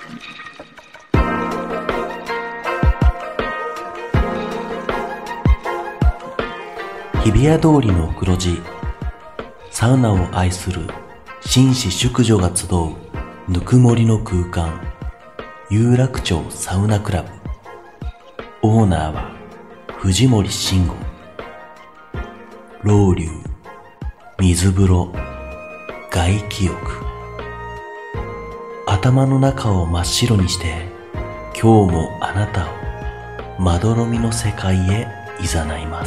日比谷通りの黒字、サウナを愛する紳士淑女が集うぬくもりの空間、有楽町サウナクラブ。オーナーは藤森慎吾。ロウリュ、水風呂、外気浴。頭の中を真っ白にして、今日もあなたをまどろみの世界へ誘います。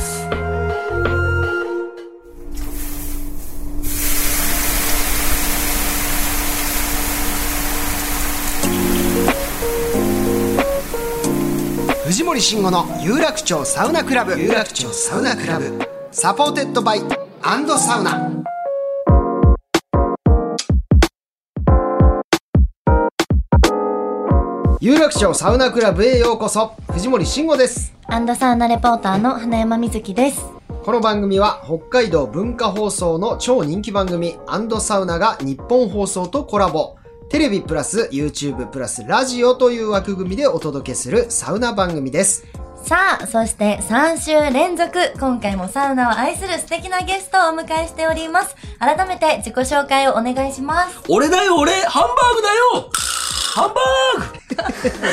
藤森慎吾の有楽町サウナクラブ、有楽町サウナクラブ、サポーテッドバイアンドサウナ。有楽町サウナクラブへようこそ。藤森慎吾です。 アンドサウナレポーターの花山瑞希です。 この番組は北海道文化放送の超人気番組アンドサウナが日本放送とコラボ、テレビプラス YouTube プラスラジオという枠組みでお届けするサウナ番組です。 さあ、そして3週連続、今回もサウナを愛する素敵なゲストをお迎えしております。改めて自己紹介をお願いします。 俺だよ、俺ハンバーグだよ、ハンバーグ 3回とも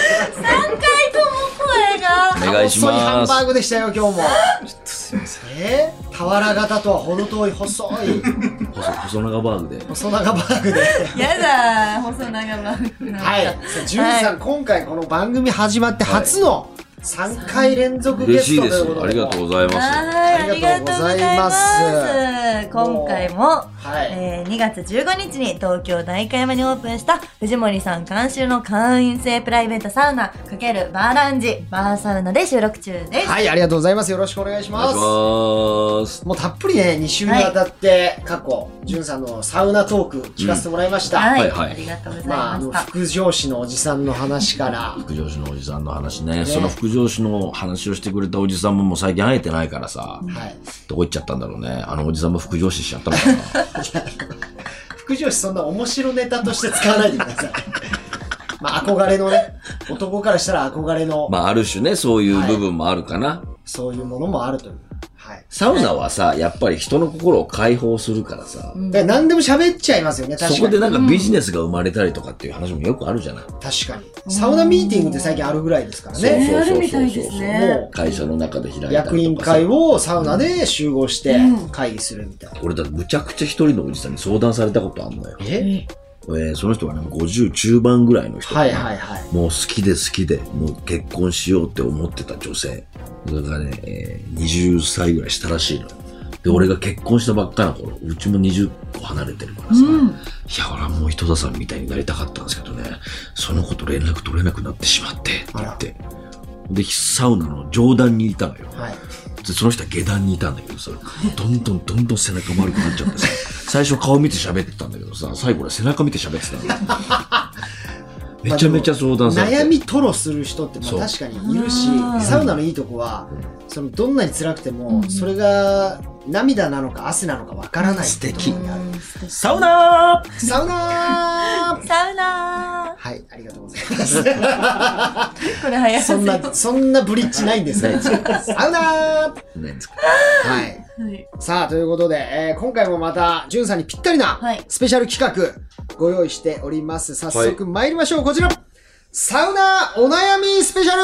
声がお願いします。 細いハンバーグでしたよ、今日も。 ちょっとすいません。 俵型とは程遠い細い細長バーグで。 細長バーグでやだー、細長バーグなんか。 はい。じゅんさん、今回この番組始まって初の3回連続ゲストということで。 嬉しいです。ありがとうございます。 ありがとうございます。今回も、 はい 2月15日に東京代官山にオープンした藤森さん監修の会員制プライベートサウナ×バーラウンジバーサウナで収録中です。 はい、ありがとうございます。よろしくお願いします。 お願いします。 もうたっぷりね、2週にわたって過去、じゅんさんのサウナトーク聞かせてもらいました。 はい、 はいありがとうございまあ、 ました。 副上司のおじさんの話から。 副上司のおじさんの話ね。その副上司の話をしてくれたおじさんももう最近会えてないからさ。 はい。 どこ行っちゃったんだろうね。あのおじさんも副上司しちゃったのかな。 副上司そんな面白ネタとして使わないでください。まあ憧れのね、男からしたら憧れの。 まあある種ね、そういう部分もあるかな。 そういうものもあるという。はい。 サウナはさ、やっぱり人の心を解放するからさ。 で何でも喋っちゃいますよね、確かに。 そこでなんかビジネスが生まれたりとかっていう話もよくあるじゃない。 確かに。サウナミーティングって最近あるぐらいですからね。 あるみたいですね。 もう会社の中で開いたりとかさ。 役員会をサウナで集合して会議するみたいな。 俺だってむちゃくちゃ一人のおじさんに相談されたことあんのよ。その人はね、50中盤ぐらいの人。 はいはいはい。 もう好きで好きで、もう結婚しようって思ってた女性。それがね、20歳ぐらいしたらしいのよ。で、俺が結婚したばっかな頃、うちも20個離れてるからさ、いや、俺はもう井戸田さんみたいになりたかったんですけどね、その子と連絡取れなくなってしまって、って言って。で、サウナの上段にいたのよ。はい。で、その人は下段にいたんだけどさ、どんどん背中丸くなっちゃってさ、最初顔見て喋ってたんだけどさ、最後は背中見て喋ってたんだよ。めちゃめちゃ相談されて、 悩み吐露する人ってまあ確かにいるし、サウナのいいとこは、そのどんなに辛くても、それが涙なのか汗なのかわからない。 素敵。サウナーサウナーサウナはい、ありがとうございます。 これ早そんなブリッジないんですね。サウナーないんですか。 はい。さあ、ということで、今回もまた、じゅんさんにぴったりなスペシャル企画ご用意しております。早速参りましょう。こちら、サウナお悩みスペシャル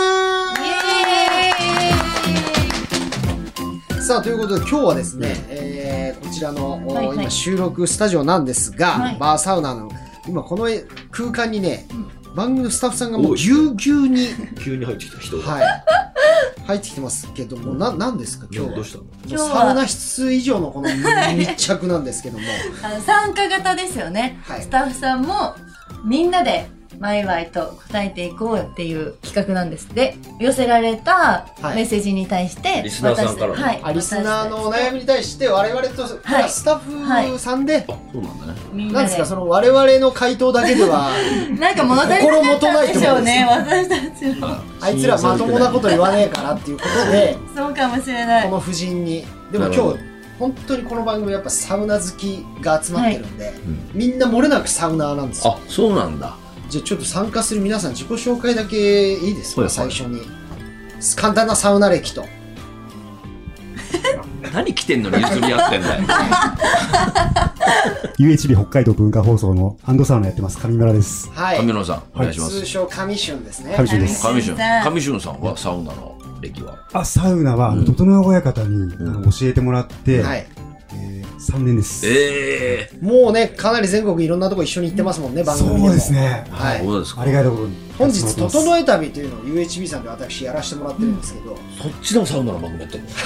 さあ、ということで今日はですね、こちらの、今収録スタジオなんですが、バーサウナの、今この空間にね、番組のスタッフさんがもうぎゅうぎゅうに急に入ってきた人が。 はい。入ってきてますけども、なんですか今日は。 どうしたの？ 今日サウナ室以上のこの密着なんですけども。 参加型ですよね。スタッフさんもみんなでワイワイと答えていこうっていう企画なんです。で、寄せられたメッセージに対して、 リスナーさんからの、リスナーのお悩みに対して我々とスタッフさんで、 そうなんだね。なんですか、その我々の回答だけではなんか物足りなかったんでしょうね、私たちの。 あいつらまともなこと言わねえからっていうことで、 そうかもしれない。 この夫人に。でも今日本当にこの番組やっぱサウナ好きが集まってるんで、みんな漏れなくサウナーなんですよ。 あ、そうなんだ。 じゃあちょっと参加する皆さん自己紹介だけいいですか、最初に。簡単なサウナ歴と。 何来てんのに譲り合ってんだよ。 UHB 北海道文化放送のアンドサウナやってます上村です。 はい。 上村さん、お願いします。 通称上俊ですね。 上俊です。 上俊さんはサウナの歴は？ サウナは整川親方に教えてもらって、 はい。 3年です。 もうね、かなり全国いろんなとこ一緒に行ってますもんね、番組でも。 そうですね。 はい。 ありがたいことに。 本日、整え旅というのを UHB さんで私やらせてもらってるんですけど。 そっちのサウナの番組やってる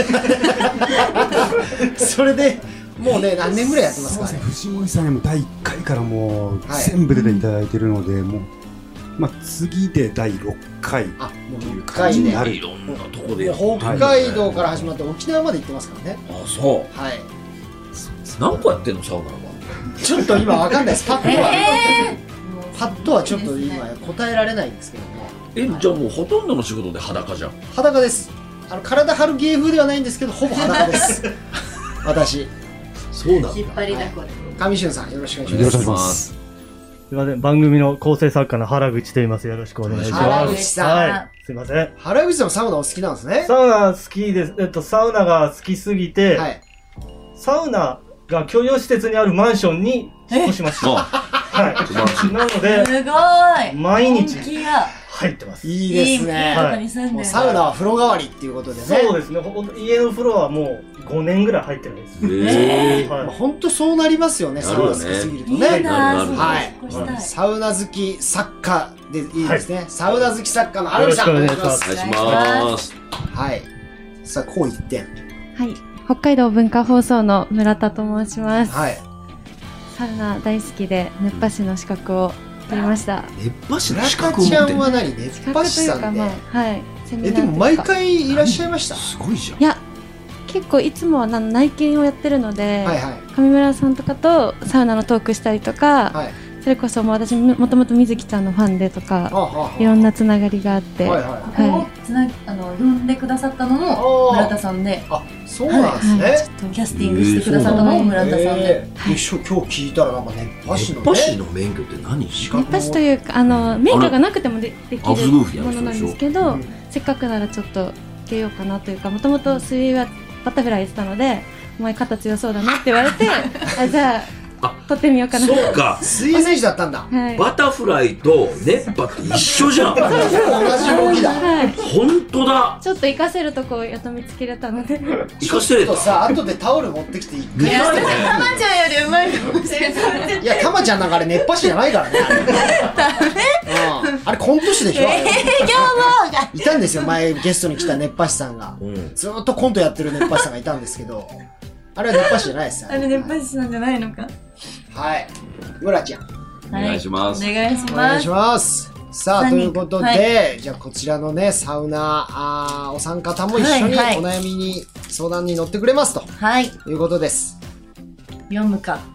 の？それで、もうね、何年ぐらいやってますかね。 藤森さんにも第1回からもう全部出ていただいてるので、もう、次で第6回っていう感じになる。 いろんなとこで北海道から始まって沖縄まで行ってますからね。 あ、そう。 はい。 何個やってんのサウナの番組？ちょっと今わかんないです。パッとはちょっと今答えられないんですけども。 じゃあもうほとんどの仕事で裸じゃん。 裸です。体張る芸風ではないんですけど、ほぼ裸です。私。 そうなんだ。 引っ張りだこで。 上俊さん、よろしくお願いします。 よろしくお願いします。 すみません、番組の構成作家の原口と言います。よろしくお願いします。 原口さん。 はい。すみません。 原口さんもサウナお好きなんですね。 サウナ好きです。サウナが好きすぎて、 はい。 サウナが共用施設にあるマンションに引っ越しました。はい。なので、 すごい。 毎日入ってます。 いいですね。もうサウナは風呂代わりっていうことでね。 そうですね。家の風呂はもう5年ぐらい入ってないです。 本当そうなりますよね。サウナ好きすぎるとね。 はい。 サウナ好き作家でいいですね。サウナ好き作家の原口さん。 よろしくお願いします。 お願いします。 はい。さあ、こう一点。 はい。北海道文化放送の村田と申します。 はい。 サウナ大好きで熱波師の資格を取りました。 熱波師の資格を持って村田ちゃんは何？熱波師さんで。 はい。 でも毎回いらっしゃいました。 すごいじゃん。 いや、結構いつもは内見をやってるので、 はいはい、 上村さんとかとサウナのトークしたりとか、 はい、 それこそもう私もともと水木ちゃんのファンでとか、いろんなつながりがあって、 呼んでくださったのも村田さんで、 あ、そうなんですね。 キャスティングしてくださったのも村田さんで。 今日聞いたらなんか熱波師の熱波師の免許って何？ 熱波師というか免許がなくてもできるものなんですけど、せっかくならちょっと受けようかなというか、もともと水泳はバタフライしてたので、お前肩強そうだなって言われて、じゃあ取ってみようかな。 そうか、 水泳選手だったんだ。 バタフライと熱波って一緒じゃん。同じ動きだ。 本当だ。 ちょっと活かせるとこをやっと見つけれたので。 活かせれた。 さ、後でタオル持ってきて一回。 いや、たまちゃんよりうまいかもしれない。 いや、たまちゃんなんかあれ熱波師じゃないからね。あれコント師でしょ。いたんですよ、前ゲストに来た熱波師さんが。ずっとコントやってる熱波師さんがいたんですけど。あれは熱波師じゃないですよ。 あれ熱波師なんじゃないのか。 はい。村ちゃん。 お願いします。 お願いします。 お願いします。さあ、ということで、じゃあこちらのね、サウナ、お三方も一緒にお悩みに、相談に乗ってくれますと。 はい。 いうことです。 読むか。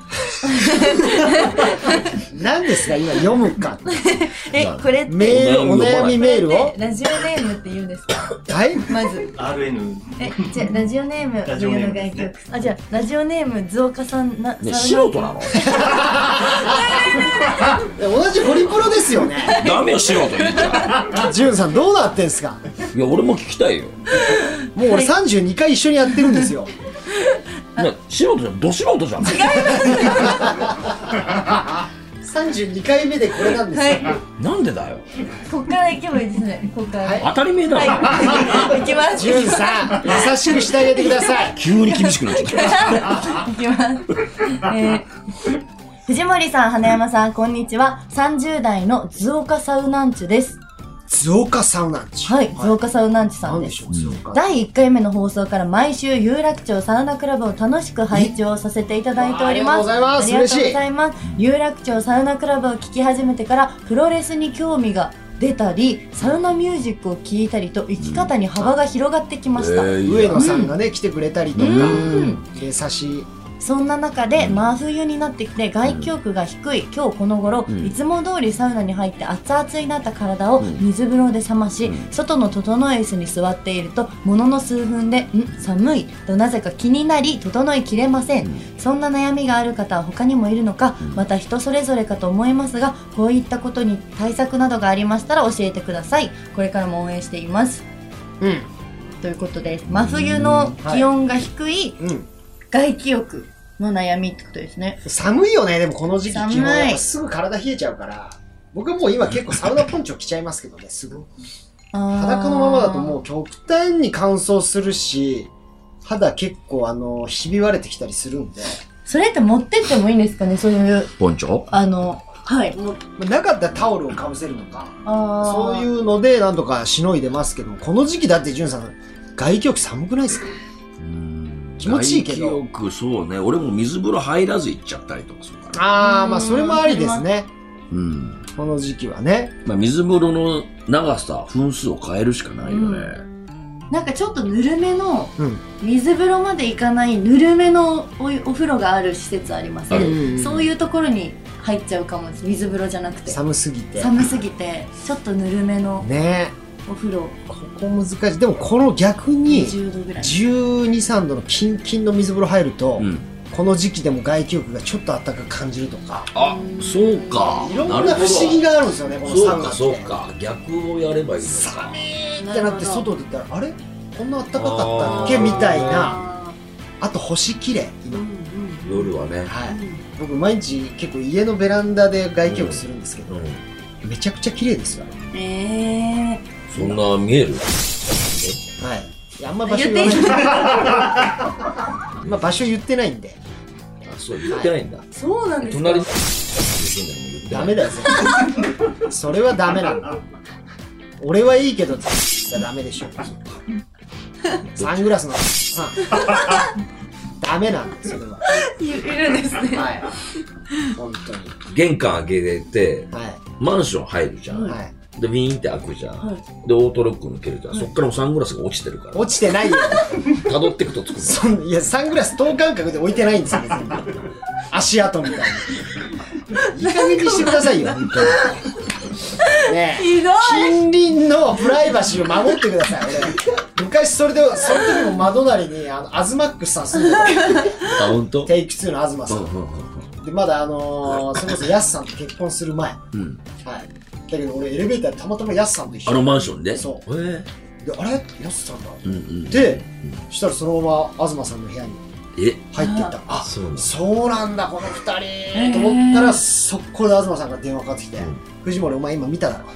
何ですか今読むか。 これってお悩みメールをラジオネームって言うんですか？ はい。 まず RN。 じゃあラジオネーム冬の外局。あ、じゃあラジオネーム図岡さんね、素人なの？ 同じホリプロですよね。 ダメよ、素人言っちゃう。ジュンさんどうなってんすか？ いや、俺も聞きたいよ。 もう俺32回一緒にやってるんですよ。 素人じゃん、ど素人じゃん。違います。32回目でこれなんですよ。 なんでだよ。 こっから行けばいいですね。こっから。 当たり前だろ。 行きます。 ジュンさん、優しくしてあげてください。 急に厳しくなっちゃった。 行きます。藤森さん、花山さん、こんにちは。30代の図岡サウナンチュです。 図岡サウナンチ。 はい、図岡サウナンチさんです。第1回目の放送から毎週有楽町サウナクラブを楽しく拝聴させていただいております。 ありがとうございます。 ありがとうございます。有楽町サウナクラブを聞き始めてからプロレスに興味が出たり、サウナミュージックを聴いたりと生き方に幅が広がってきました。 上野さんがね、来てくれたりとか、 そんな中で真冬になってきて外気浴が低い今日この頃、いつも通りサウナに入って熱々になった体を水風呂で冷まし、外の整い椅子に座っているとものの数分で寒いとなぜか気になり整いきれません。そんな悩みがある方は他にもいるのか、また人それぞれかと思いますが、こういったことに対策などがありましたら教えてください。これからも応援しています。ということです。真冬の気温が低い外気浴の悩みってことですね。 寒いよね。でもこの時期基本やっぱすぐ体冷えちゃうから、僕はもう今結構サウナポンチョ着ちゃいますけどね、すぐ。裸のままだともう極端に乾燥するし、肌結構ひび割れてきたりするんで。 それって持ってってもいいんですかね、そういうポンチョ？ はい。 なかったらタオルをかぶせるのか、そういうのでなんとかしのいでますけど、この時期だってジュンさん、外気浴寒くないですか？気持ちいいけど。 外気浴、そうね。俺も水風呂入らず行っちゃったりとかするから。 まあそれもありですね。この時期はね。 まあ水風呂の長さ、分数を変えるしかないよね。 なんかちょっとぬるめの、水風呂まで行かないぬるめのお風呂がある施設ありますね。そういうところに入っちゃうかもです。水風呂じゃなくて。 寒すぎて、ちょっとぬるめのお風呂。 ここ難しい。でもこの逆に12、3度のキンキンの水風呂入ると、この時期でも外気浴がちょっと暖かく感じるとか。 そうか。 いろんな不思議があるんですよね、このサウナって。 そうか。逆をやればいいのか。 寒いってなって外出たら、あれこんな暖かかったっけみたいな。あと星綺麗今。 夜はね。 僕毎日結構家のベランダで外気浴するんですけど、めちゃくちゃ綺麗ですよ。 そんな見える？ あんま場所言わない。今場所言ってないんで。 そう言ってないんだ。 そうなんですか。 隣にダメだよ。それはダメなんだ。俺はいいけどダメでしょ。サングラスのダメなんですよ。 いるんですね。 本当に。 玄関開けてマンション入るじゃん。で、ウィーンって開くじゃん。で、オートロック抜けるじゃん。そっからもサングラスが落ちてるから。 落ちてないよ。 辿っていくとつくの。 いや、サングラス等間隔で置いてないんですよ、別に。足跡みたいな。いい加減にしてくださいよ、本当に。ねえ。近隣のプライバシーを守ってください、俺。昔その時も窓なりに、アズマックスさん住んでた。 ほんと？ テイク2の東さん。で、まだそれこそヤスさんと結婚する前。だけど俺エレベーターでたまたまヤスさんと一緒に。 マンションで？ そう。で、あれヤスさんだ。で、そしたらそのまま東さんの部屋に入っていった。そうなんだ、この二人と思ったら、速攻で東さんから電話かかってきて、藤森お前今見ただろ。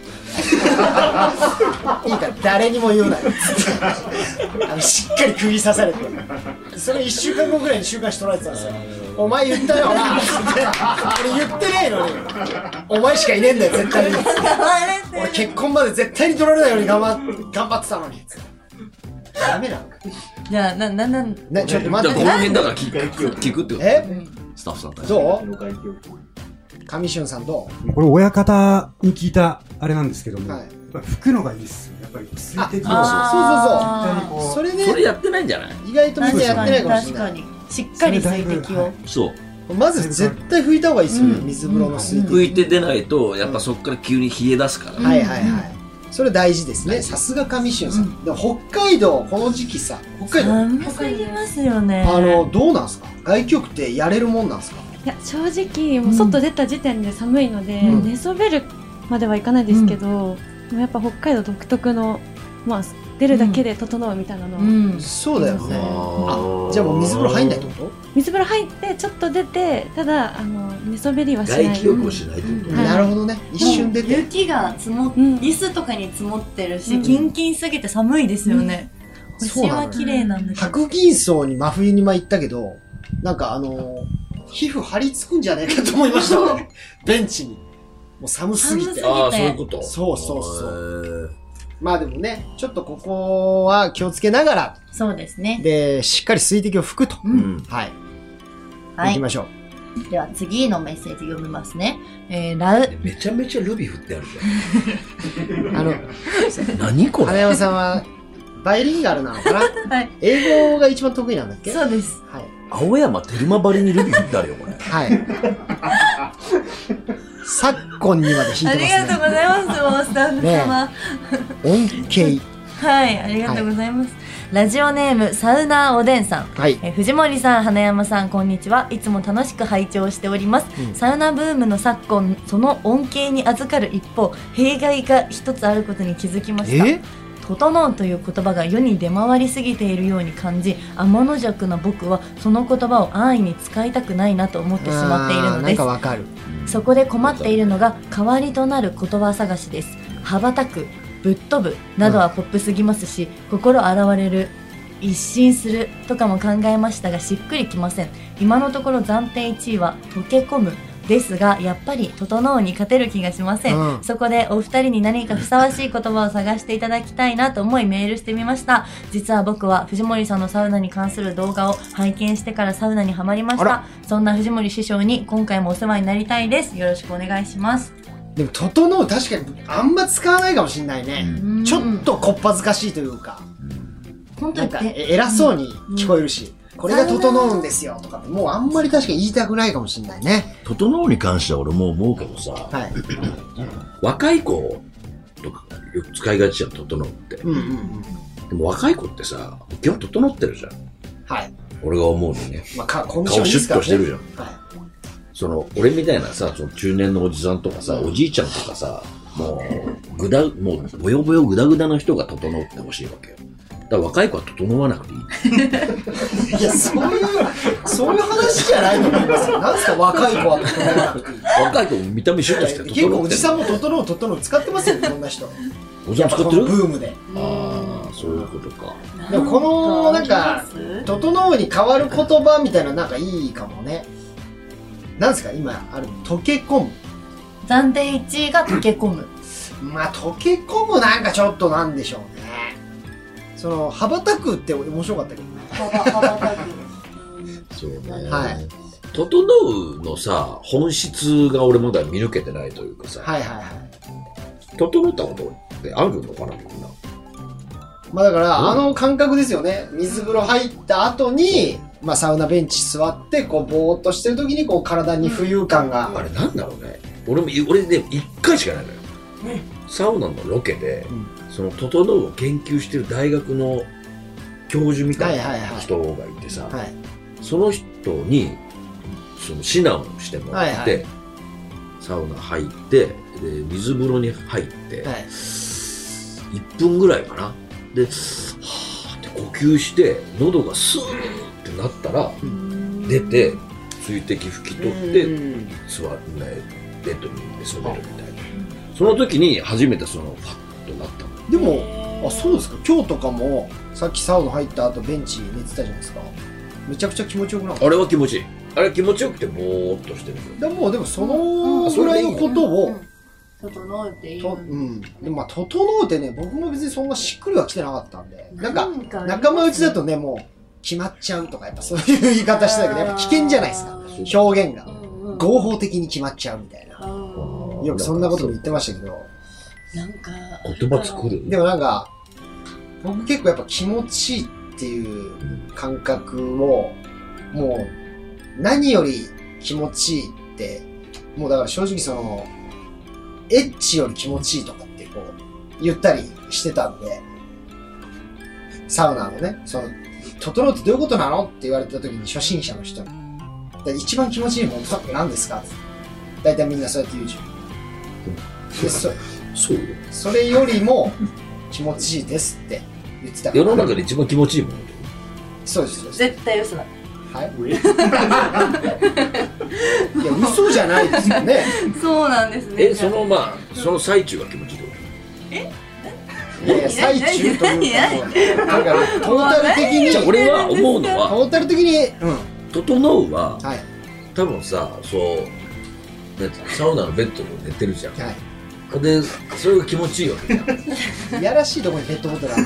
いいから誰にも言うなよ。しっかり釘刺されて。それ1週間後ぐらいに週刊誌取られてたんですよ。お前言ったよな。俺言ってないのに。お前しかいねえんだよ、絶対に。俺結婚まで絶対に取られないように頑張ってたのに。ダメなの？ じゃあ、 ちょっと待って。 この辺だから聞くってこと？スタッフさんたち。 どう？上俊さんどう？ これ親方に聞いたあれなんですけども、拭くのがいいっすよ。やっぱり水滴を。 そう。それやってないんじゃない？ 意外とみんなやってないかもしれない。 しっかり水滴を。 そう。 まず絶対拭いた方がいいですよね、水風呂の水滴。 拭いて出ないと、やっぱそこから急に冷え出すから。 それ大事ですね。さすが上俊さん。でも北海道、この時期さ、北海道。 寒すぎますよね。 どうなんすか？外気浴ってやれるもんなんすか？ いや、正直、もう外出た時点で寒いので、寝そべるまではいかないですけど、やっぱ北海道独特の、まあ、出るだけで整うみたいなのそうだよね。じゃあもう水風呂入んないってこと？ 水風呂入ってちょっと出て、ただ寝そべりはしない。 外気浴をしないってこと？ なるほどね。一瞬出て。 雪がリスとかに積もってるし、キンキンすぎて寒いですよね。星は綺麗なんだけど。 白銀荘に真冬に行ったけど、なんか皮膚張り付くんじゃないかと思いました。ベンチに。もう寒すぎて。 ああ、そういうこと。 そう。まあでもね、ちょっとここは気をつけながら。 そうですね。 で、しっかり水滴を拭くと。はい。行きましょう。では次のメッセージ読みますね。 めちゃめちゃルビ振ってあるじゃん。何これ？ 花山さんはバイリンガルなのかな？英語が一番得意なんだっけ？ そうです。 はい。 青山テルマばりにルビー振ってあるよ、これ。 はい。昨今にまで弾いてますね。 ありがとうございます、もうスタッフ様。 恩恵。 はい、ありがとうございます。ラジオネームサウナーおでんさん、藤森さん、花山さん、こんにちは。いつも楽しく拝聴しております。サウナブームの昨今、その恩恵に預かる一方、弊害が一つあることに気づきました。整うという言葉が世に出回りすぎているように感じ、天の弱な僕はその言葉を安易に使いたくないなと思ってしまっているのです。 なんかわかる。 そこで困っているのが代わりとなる言葉探しです。羽ばたく、ぶっ飛ぶなどはポップすぎますし、心洗われる、一新するとかも考えましたがしっくりきません。今のところ暫定1位は溶け込むですが、やっぱり整うに勝てる気がしません。そこでお二人に何かふさわしい言葉を探していただきたいなと思いメールしてみました。実は僕は藤森さんのサウナに関する動画を拝見してからサウナにはまりました。そんな藤森師匠に今回もお世話になりたいです。よろしくお願いします。 でも整う確かにあんま使わないかもしれないね。ちょっとこっぱずかしいというか、なんか偉そうに聞こえるし、これが整うんですよとかってもうあんまり確かに言いたくないかもしれないね。 整うに関しては俺も思うけどさ、若い子とかよく使いがちじゃん、整うって。でも若い子ってさ、基本整ってるじゃん。はい。俺が思うにね。顔シュッとしてるじゃん。その俺みたいなさ、その中年のおじさんとかさ、おじいちゃんとかさ、もうぼよぼよぐだぐだの人が整ってほしいわけよ。だから若い子は整わなくていい。 いや、そういう話じゃないと思いますよ。なんですか、若い子は整わなくていい。 若い子も見た目シュッとして整ってる。 結構おじさんも整う使ってますよ、いろんな人。 おじさん使ってる？ ブームで。 ああ、そういうことか。 でもこのなんか整うに変わる言葉みたいななんかいいかもね。なんですか今ある溶け込む。 暫定1位が溶け込む。 まあ溶け込むなんかちょっとなんでしょうね。その羽ばたくって面白かったけどね。羽ばたく。 そうね。はい。整うのさ本質が俺まだ見抜けてないというかさ。はいはいはい。整ったことってあるのかなみんな。 まあだからあの感覚ですよね。水風呂入った後に。まあサウナベンチ座ってこうぼーっとしてる時にこう体に浮遊感が、 あれなんだろうね。俺で1回しかないのよ、サウナのロケで、その整うを研究してる大学の教授みたいな人がいてさ、その人にその指南をしてもらって、サウナ入ってで水風呂に入って、1分ぐらいかなではーって呼吸して喉がスーッってなったら出て水滴拭き取って座ってベッドに寝そべるみたいな、その時に初めてそのファッとなったの。 でもそうですか。今日とかもさっきサウナ入った後ベンチ寝てたじゃないですか。めちゃくちゃ気持ちよくなかった。 あれは気持ちいい。あれ気持ちよくてぼーっとしてる。 でもそのぐらいのことを整うっていい。 でもまあ整うってね、僕も別にそんなしっくりは来てなかったんで、なんか仲間内だとねもう決まっちゃうとかやっぱそういう言い方してたけどやっぱ危険じゃないですか。表現が合法的に決まっちゃうみたいな。よくそんなことも言ってましたけど。 なんか言葉作る。 でもなんか僕結構やっぱ気持ちいいっていう感覚をもう何より気持ちいいってもうだから正直そのエッチより気持ちいいとかってこう言ったりしてたんで、サウナのね、その整うってどういうことなのって言われた時に初心者の人に一番気持ちいいものって何ですかって大体みんなそうやって言うじゃん。でそれよりも気持ちいいですって言ってたから。 世の中で一番気持ちいいもの。 そうです。 絶対嘘だ。 はい。いや嘘じゃないですよね。 そうなんですね。 その最中が気持ちいいってこと？ いや最中というかなんかトータル的に俺は思うのはトータル的に整うは多分さサウナのベッドで寝てるじゃん。でそれが気持ちいいわけじゃん。 いやらしいところにペットボトルある。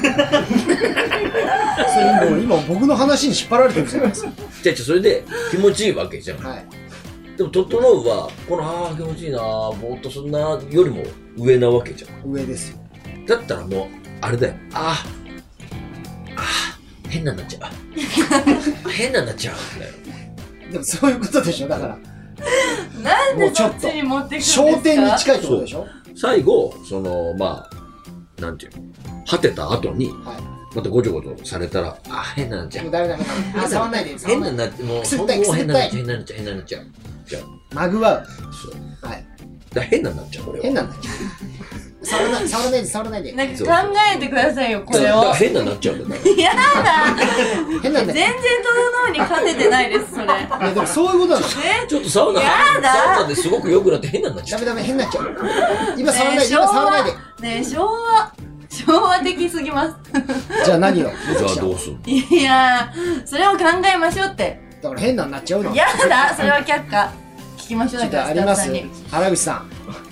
それもう今僕の話に引っ張られてるじゃないですか。 それで気持ちいいわけじゃん。でも整うはこの気持ちいいなぼーっとそんなよりも上なわけじゃん。 上ですよ。 だったらもうあれだよ。 変なんなっちゃう。変なんなっちゃうんだよ。 でもそういうことでしょ、だから。 なんでそっちに持ってくるんですか？ 焦点に近いってことでしょ。 最後、まあ、なんていうの、果てた後に、またごちょごちょされたら、あ、変なんなっちゃう。 ダメ。あ、触んないで。 変なんなって、もう変なんなっちゃう。じゃあ。 まぐわう。 そう。 はい。 だ変なんなっちゃう、これは。 変なんなっちゃう。触らないで。 なんか考えてくださいよ、これを。 変なんなっちゃうんだよ。 やだ。 変なんだよ。 全然整うに勝ててないです、それ。いや、でもそういうことなの。 ちょっとサウナですごく良くなって変なんなっちゃう。 ダメ、変になっちゃう。今触らないで、今触らないで。 ねえ、昭和的すぎます。 じゃあ何を？ じゃあどうする？ いやー、それを考えましょうって。 だから変なんなっちゃうの。 やだ、それは却下。聞きましょうだから、 あります？原口さん。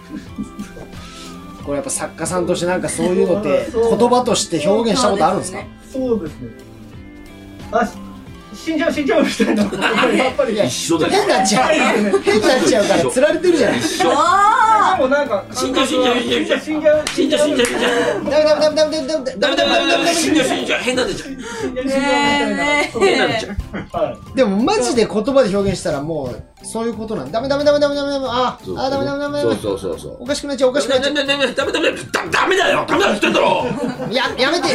これやっぱ作家さんとしてなんかそういうのって言葉として表現したことあるんですか？ そうですね。あ、死んじゃうみたいな。やっぱり一緒だよ。 変になっちゃうから釣られてるじゃない。 でもなんか死んじゃう。 ダメ。 死んじゃう。変なんなっちゃう。 でもマジで言葉で表現したらもうそういうことなん。ダメ。ダメ。 そう。 おかしくなっちゃう。ダメだよ。ダメだよ。言ってんだろ。 やめて。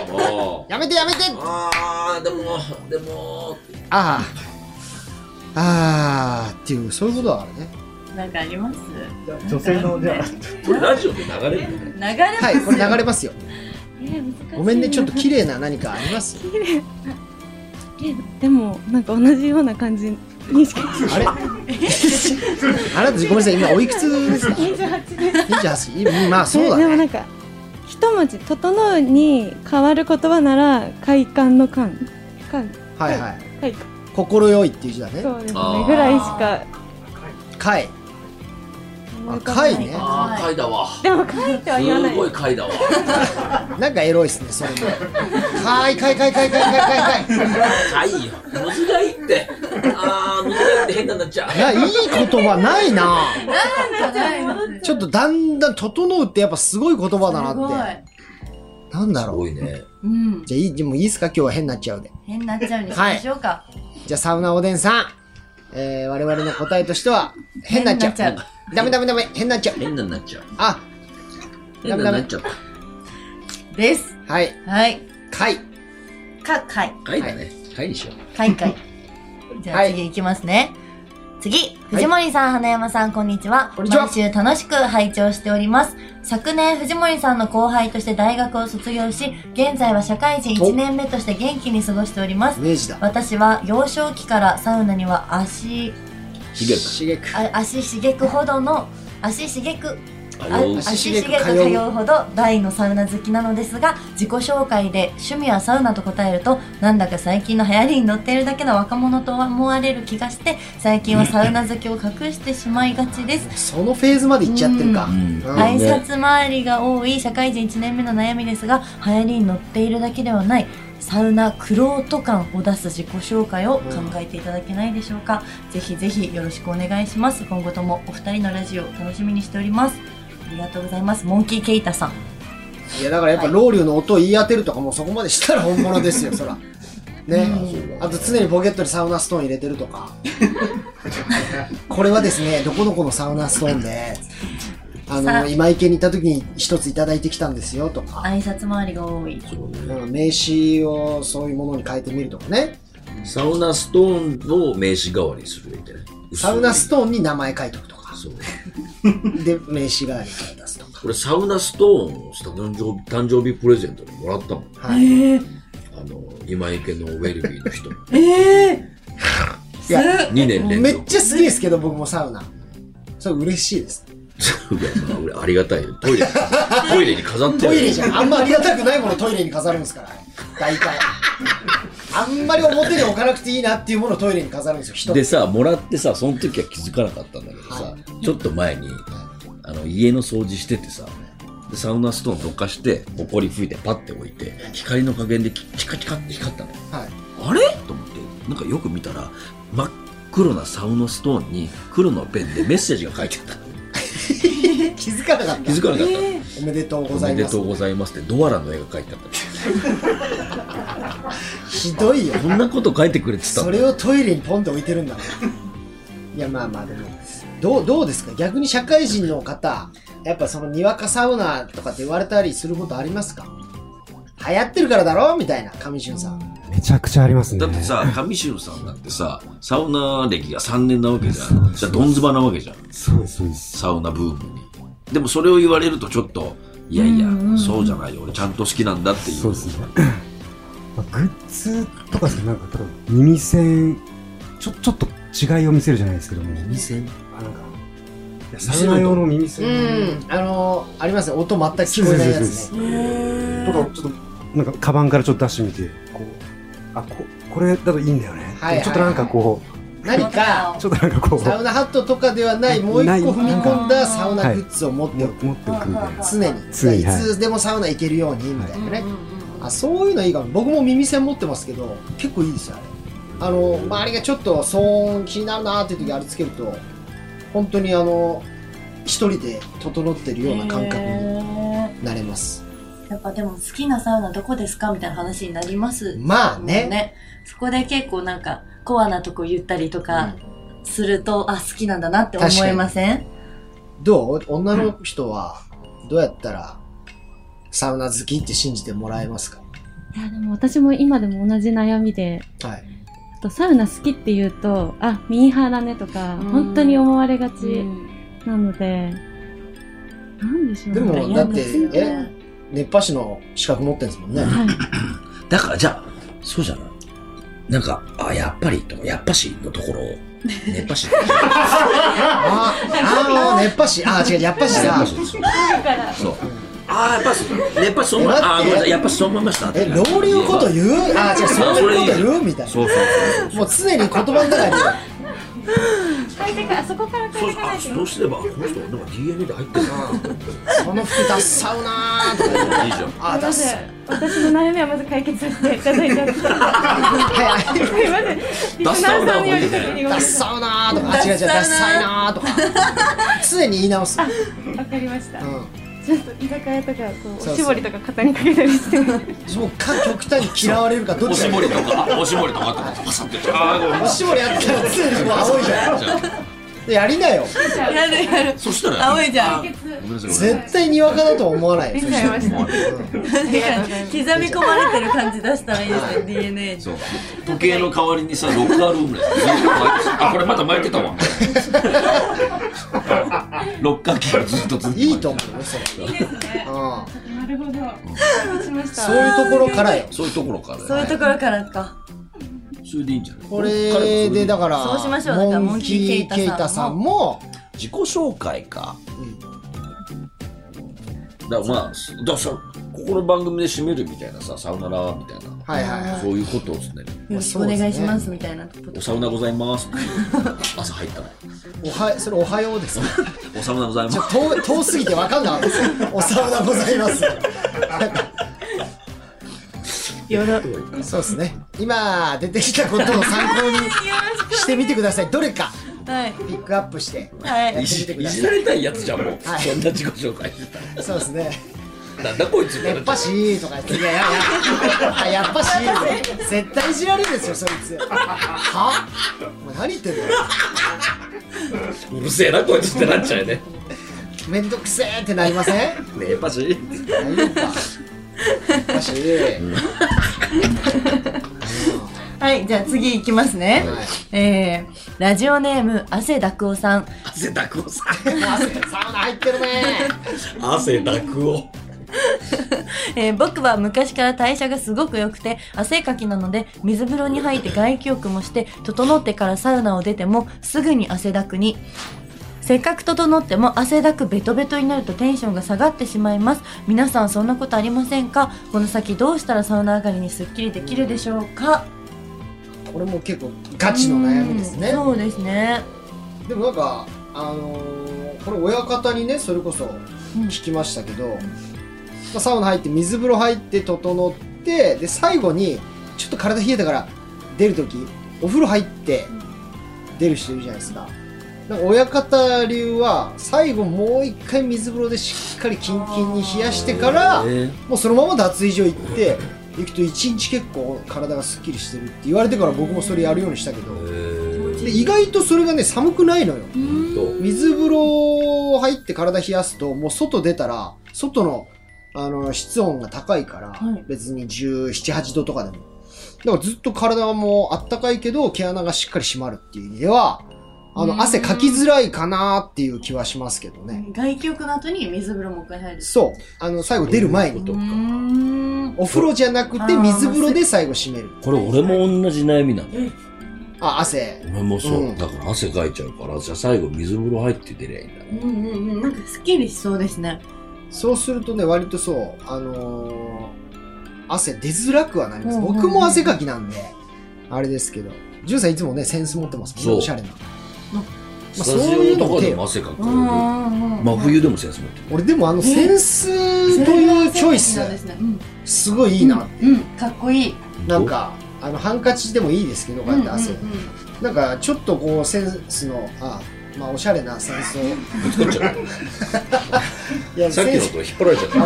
でも。 っていうそういうことだからね。 なんかあります？ 女性のじゃあこれラジオで流れる？ はい、これ流れますよ。ごめんね、ちょっと綺麗な何かあります？ でもなんか同じような感じにしか。 あれ？あなたごめんなさい、今おいくつですか ？28です。 28。まあそうだね。 でもなんか一文字「整う」に変わる言葉なら快感の感。 はい。心よいっていう字だね。 そうですね。ぐらいしか。 快。快ね。 快だわ。 でも快っては言わない。 すごい快だわ。 なんかエロいっすね、それも。快。快よ。 むずがいって変なんなっちゃう。 いい言葉ないな。 なんかないちょっとだんだん整うってやっぱすごい言葉だなって。なんだろう。 すごいね。 じゃあもういいですか、今日は変になっちゃうで。 変になっちゃうにしましょうか。 じゃあサウナおでんさん。我々の答えとしては、変になっちゃう。ダメ。変になっちゃう。 変になっちゃう。 ダメ。 です。 はい。快。 快だね。快にしよう。 快。じゃあ次行きますね。次、藤森さん、花山さん、こんにちは。毎週楽しく拝聴しております。昨年、藤森さんの後輩として大学を卒業し、現在は社会人1年目として元気に過ごしております。私は幼少期からサウナには足しげくほどの、足しげく通うほど大のサウナ好きなのですが、自己紹介で趣味はサウナと答えると、なんだか最近の流行りに乗っているだけの若者と思われる気がして、最近はサウナ好きを隠してしまいがちです。 そのフェーズまでいっちゃってるか。 挨拶回りが多い社会人1年目の悩みですが、流行りに乗っているだけではないサウナクロート感を出す自己紹介を考えていただけないでしょうか。ぜひぜひよろしくお願いします。今後ともお二人のラジオ楽しみにしております。ありがとうございます。モンキーケイタさん。 いやだからやっぱロウリュの音を言い当てるとかもうそこまでしたら本物ですよ、そら。ね。あと常にポケットにサウナストーン入れてるとか。これはですね、どこどこのサウナストーンで、今池に行った時に一ついただいてきたんですよとか。 挨拶回りが多い。 名刺をそういうものに変えてみるとかね。 サウナストーンを名刺代わりにするみたいな。 サウナストーンに名前書いておくとか。 そう。 で、名刺代わりに出すとか。 これサウナストーンを誕生日プレゼントでもらったもん。今池のウェルビーの人に。 いや、 2年連続。 めっちゃ好きですけど、僕もサウナ。それ嬉しいです。 俺ありがたいよ。トイレに飾ってる。 トイレじゃん。あんまありがたくないものトイレに飾るんですから。大体。あんまり表に置かなくていいなっていうものをトイレに飾るんですよ、人でさ、もらってさ、その時は気づかなかったんだけどさ、ちょっと前に、家の掃除しててさ、でサウナストーンどかして、ほこり吹いてパッて置いて、光の加減でチカチカって光ったのよ。あれと思って、なんかよく見たら、真っ黒なサウナストーンに黒のペンでメッセージが書いてあったの。 気づかなかった。 気づかなかった。 おめでとうございます。 おめでとうございますってドアラの絵が描いてあった。 ひどいよ。 こんなこと書いてくれてたんだ。 それをトイレにポンって置いてるんだから。いや、まあまあでも、どうですか？逆に社会人の方、やっぱそのにわかサウナとかって言われたりすることありますか？流行ってるからだろみたいな、上俊さん。 めちゃくちゃありますね。 だってさ、上俊さんだってさ、サウナ歴が3年なわけじゃん。じゃあどんずばなわけじゃん。 そうです、そうです。 サウナブームに。でもそれを言われるとちょっと、いやいや、そうじゃないよ。俺ちゃんと好きなんだっていう。 そうですね。グッズとかなんか、例えば耳栓、ちょっと違いを見せるじゃないですけども。 耳栓？ なんか、サウナ用の耳栓。 ありますね。音全く聞こえないやつね。 とか、ちょっと、なんか、カバンからちょっと出してみて、これだといいんだよね。ちょっとなんかこう、何か、 ちょっとなんかこう、 サウナハットとかではない、もう一個踏み込んだサウナグッズを持っておくみたいな。常に。いつでもサウナ行けるように、みたいなね。そういうのいいかも。僕も耳栓持ってますけど、結構いいですよ、あれ。周りがちょっと騒音気になるなーっていう時あれつけると、本当に一人で整ってるような感覚になれます。 やっぱでも好きなサウナどこですかみたいな話になります。 まあね。 そこで結構なんかコアなとこ言ったりとかすると、好きなんだなって思えません？ どう？女の人はどうやったらサウナ好きって信じてもらえますか？ いやでも私も今でも同じ悩みで、 はい。 あとサウナ好きって言うと、ミーハーだねとか、本当に思われがちなので、なんでしょうね。 でもだって熱波師の資格持ってんですもんね。はい。 だからじゃあ、そうじゃない。なんか、やっぱり、やっぱしのところを、熱波師。 熱波師。違う、やっぱしさ。 そう。やっぱし、熱波師そう思いました。ごめんなさい、やっぱしそう思いました。 老流こと言う？違う、そういうこと言うみたいな。 そう。 もう常に言葉の中に。 そこから変えていかないと。 どうすれば、この人、なんか DNA で入ってるなその服ダッサウナーとか言って。 いいじゃん。 ダッサ。私の悩みはまず解決させていただいちゃって。すいません。 ダッサウナーもいいね。 ダッサウナーとか、違う、ダッサいなーとか。常に言い直す。 わかりました。ちょっと居酒屋とかおしぼりとか肩にかけたりして。 そうか、極端に嫌われるかどっちか。 おしぼりとかパサっておしぼりあったら常にもう青いじゃん。やりなよ。 やる。 そしたら青いじゃん。 絶対にわかだとは思わないよ。 刻み込まれてる感じ出したらいいですよ、DNA に。 そう。時計の代わりにさ、ロッカールームで。これまた巻いてたわ。ロッカーキーがずっと続いて。 いいと思うよ、それ。 いいですね。なるほど。 そういうところからよ。 そういうところから。 そういうところからか。 それでいいんじゃない？ これでだから、 そうしましょう。だからモンキーケイタさんも自己紹介か。だからまあ、ここの番組で締めるみたいなさ、サウナラーみたいな。 はい。 そういうことをですね。 よろしくお願いしますみたいな。 おサウナございます。朝入ったら。それおはようです。 おサウナございます。 遠すぎてわかんなかったです。おサウナございます。そうですね。今出てきたことを参考にしてみてください。どれかピックアップしてやってみてください。 いじられたいやつじゃんもう。そんな自己紹介してたら。 そうですね。 なんだこいつ。 やっぱしとか言って、やっぱし絶対いじられるんですよそいつ。は？何言ってんの？ うるせえなこいつってなっちゃうね。 めんどくせえってなりません？ ねえパシ。 大丈夫か。パシ。 はい、じゃあ次いきますね。ラジオネーム汗だくおさん。 汗だくおさん。 サウナ入ってるね。 汗だくお。 僕は昔から代謝がすごく良くて汗かきなので、水風呂に入って外気浴もして整ってからサウナを出てもすぐに汗だくに。せっかく整っても汗だくベトベトになるとテンションが下がってしまいます。皆さんそんなことありませんか？この先どうしたらサウナ上がりにスッキリできるでしょうか？ これも結構ガチの悩みですね。 そうですね。 でもなんかこれ親方にねそれこそ聞きましたけど、サウナ入って水風呂入って整ってで最後にちょっと体冷えたから出るときお風呂入って出る人いるじゃないですか。 なんか親方流は最後もう一回水風呂でしっかりキンキンに冷やしてからもうそのまま脱衣所行って行くと一日結構体がすっきりしてるって言われてから僕もそれやるようにしたけど、で意外とそれがね寒くないのよ。水風呂入って体冷やすともう外出たら外の室温が高いから、別に17、8度とかでもだからずっと体はもうあったかいけど毛穴がしっかり締まるっていう意味では汗かきづらいかなっていう気はしますけどね。 外気浴の後に水風呂もう一回入る。 そう。最後出る前にとか。お風呂じゃなくて水風呂で最後締める。 これ俺も同じ悩みなんだよ。 汗。 俺もそう。だから汗かいちゃうから、じゃあ最後水風呂入って出りゃいいんだね。 なんかスッキリしそうですね。 そうするとね、割とそう、汗出づらくはなります。僕も汗かきなんで、あれですけど。ジュンさんいつもね、センス持ってますもんね、おしゃれな。 スタジオとかでも汗かく。真冬でもセンス持ってる。 俺でもセンスというチョイス、すごいいいな。 かっこいい。 なんか、ハンカチでもいいですけど、こうやって汗。なんか、ちょっとこう、センスの、まあ、おしゃれなセンスを。 作っちゃう。いや、さっきのと引っ張られちゃった。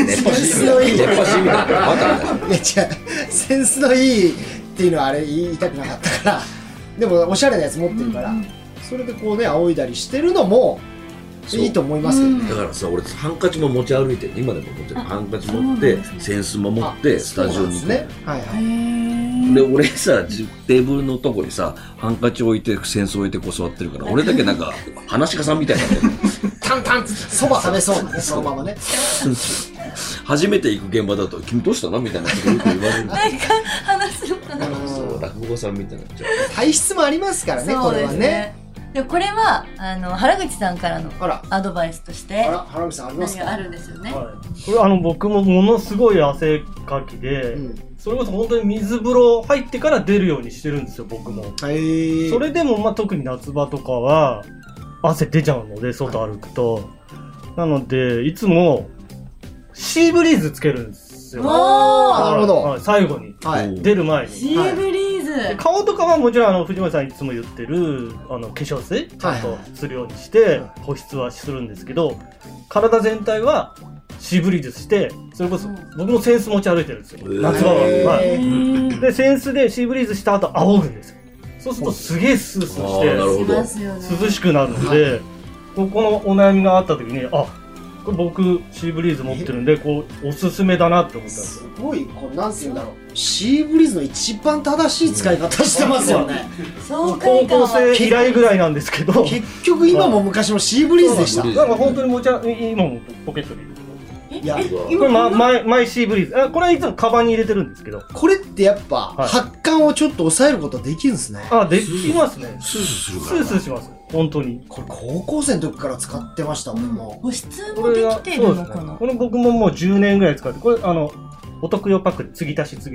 熱波師みたいな。いや、違う。 センスのいいっていうのはあれ言いたくなかったから。でも、おしゃれなやつ持ってるから。それでこうね仰いだりしてるのもいいと思いますけどね。 だからさ俺ハンカチも持ち歩いてる今でも持ってるハンカチ持ってセンスも持ってスタジオに行くね。で俺さテーブルのとこにさハンカチ置いてセンス置いてこう座ってるから俺だけなんか話し家さんみたいなタンタンそば食べそうなねそのままね。 初めて行く現場だと君どうしたのみたいなことよく言われる。 なんか話すのかな。 そう落語家さんみたいになっちゃう。 体質もありますからねこれはね。 でこれは原口さんからのアドバイスとして原口さんありますか？ 何があるんですよね。 これ僕もものすごい汗かきで、それこそ本当に水風呂入ってから出るようにしてるんですよ僕も。それでも特に夏場とかは汗出ちゃうので外歩くと、なのでいつもシーブリーズつけるんですよ。 なるほど。 最後に出る前に。 シーブリーズ。 顔とかはもちろん藤森さんいつも言ってる化粧水ちゃんとするようにして保湿はするんですけど、体全体はシーブリーズしてそれこそ僕もセンス持ち歩いてるんですよ夏場は。でセンスでシーブリーズした後仰ぐんですよ。そうするとすげえスースーして涼しくなるので、このお悩みがあった時にこれ僕シーブリーズ持ってるんでこうおすすめだなって思ったんですよ。 すごいなんて言うんだろう、シーブリーズの一番正しい使い方してますよね。 高校生以来ぐらいなんですけど結局今も昔もシーブリーズでした。 だから本当に今もポケットに入れてる。いや、これマイシーブリーズ。これはいつもカバンに入れてるんですけど。 これってやっぱ発汗をちょっと抑えることできるんですね。 できますね。 スースーするから。 スースーします。本当に。 これ高校生の時から使ってましたもん。 保湿もできてるのかな。 これ僕ももう10年ぐらい使って、これお得用パックで継ぎ足しして。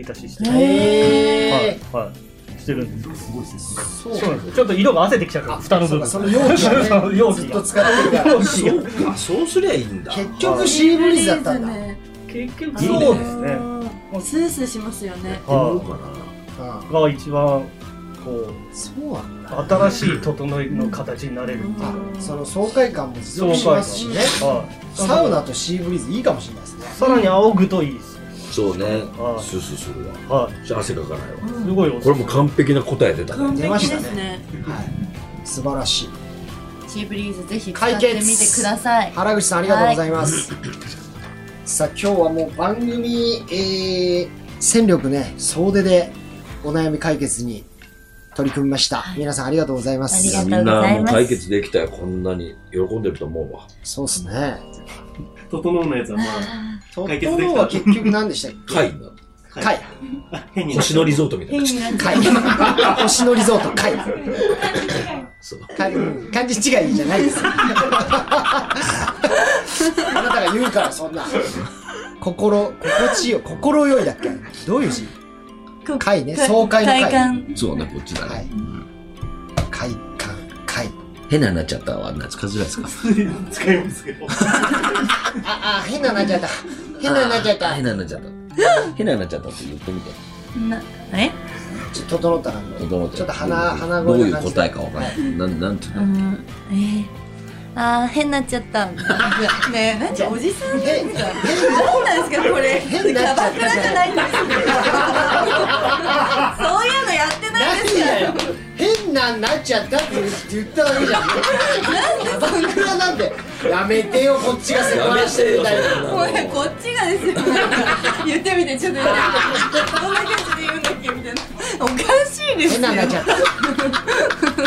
してるんです。すごいですね。そうなんですよ。ちょっと色が汗できちゃうから蓋の部分。 その容器がね、ずっと使ってるから。 そうか、そうすりゃいいんだ。 結局シーブリーズだったんだ。 結局そうですね。 スースーしますよね。 が一番そうなんだ。 新しい整いの形になれる。 その爽快感も持続しますしね。サウナとシーブリーズいいかもしれないですね。 さらに仰ぐといいです。 そうね、スースーするわ。じゃあ汗かかないわ。 すごい。 これも完璧な答え出たね。 出ましたね。 素晴らしい。 シーブリーズぜひ使ってみてください。 原口さんありがとうございます。さあ今日はもう番組戦力ね総出でお悩み解決に取り組みました。皆さんありがとうございます。 みんなもう解決できたよ。こんなに喜んでると思うわ。 そうですね。 整うのやつは解決できた。 整うは結局何でしたっけ？貝。 星野リゾートみたいな。 貝。星野リゾート貝。そう。漢字違いじゃないです。あなたが言うからそんな。心地よ、心よいだっけ？どういう字？貝ね。爽快の貝。 そうね、こっちだね。 快感、貝。 変なになっちゃったは懐かしづらいですか？ 使いますけど。 変なになっちゃった。変なになっちゃった。 変なになっちゃった。変なになっちゃったって言ってみて。 ちょっと整った感じ。 整ってちょっと鼻声な感じ。 どういう答えかわからない。なんていうの？ 変なっちゃった。ねえ、なんかおじさんなんですか。なんなんですかこれ。キャバクラじゃないんですよ。そういうのやってないですよ。 変なんなっちゃったって言っただけじゃん。キャバクラなんてやめてよ、こっちがセクハラしてるんだよ。 もうね、こっちがですよ。言ってみて、ちょっと言ってみて。どんな感じで言うんだっけみたいな。おかしいですよ。 変なんなっちゃった。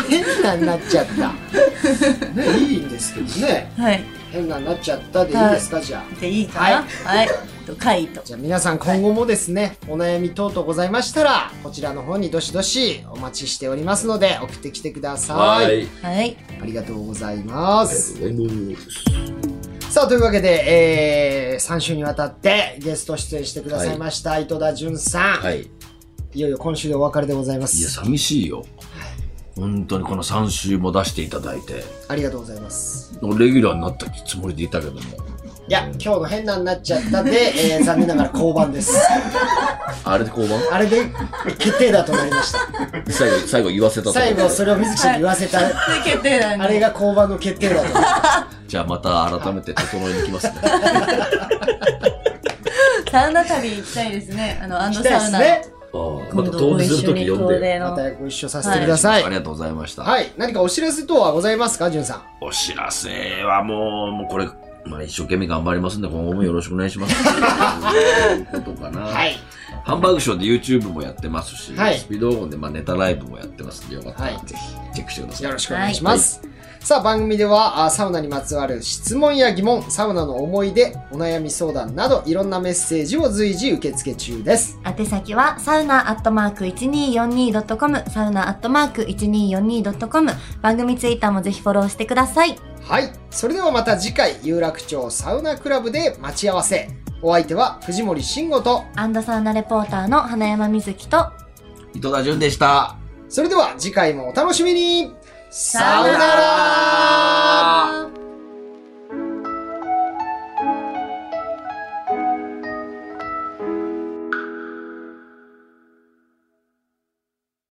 変なんなっちゃった。ね、いいんですけどね。 はい。 変なんなっちゃったでいいですか、じゃあ。 でいいかな。はい。回答。 じゃあ皆さん今後もですね、お悩み等々ございましたら、こちらの方にどしどしお待ちしておりますので、送ってきてください。 はい。 ありがとうございます。さあ、というわけで、3週にわたってゲスト出演してくださいました、井戸田潤さん。はい。いよいよ今週でお別れでございます。 いや、寂しいよ。本当にこの3週も出していただいて。 ありがとうございます。 レギュラーになったつもりでいたけども。 いや、今日の変なんなっちゃったで、残念ながら降板です。 あれで降板？ あれで決定だとなりました。 最後言わせたと。 最後それを水木さんに言わせた。 決定だね。 あれが降板の決定だと。 じゃあまた改めて整えに行きますね。 サウナ旅行きたいですね。アンドサウナ。 また遠出するとき呼んで。 またご一緒させてください。 ありがとうございました。 はい。何かお知らせ等はございますか、じゅんさん。 お知らせはもうこれ、まあ一生懸命頑張りますんで、今後もよろしくお願いします。そういうことかな。はい。ハンバーグショーで YouTube もやってますし、スピードワゴンでネタライブもやってますんで、よかったらぜひチェックしてください。 よろしくお願いします。さあ、番組ではサウナにまつわる質問や疑問、サウナの思い出、お悩み相談などいろんなメッセージを随時受付中です。 宛先はサウナ@1242.com、サウナ@1242.com、番組ツイッターもぜひフォローしてください。 はい。それではまた次回、有楽町サウナクラブで待ち合わせ。お相手は藤森慎吾とアンドサウナレポーターの花山瑞希と井戸田潤でした。 それでは次回もお楽しみに。さよなら。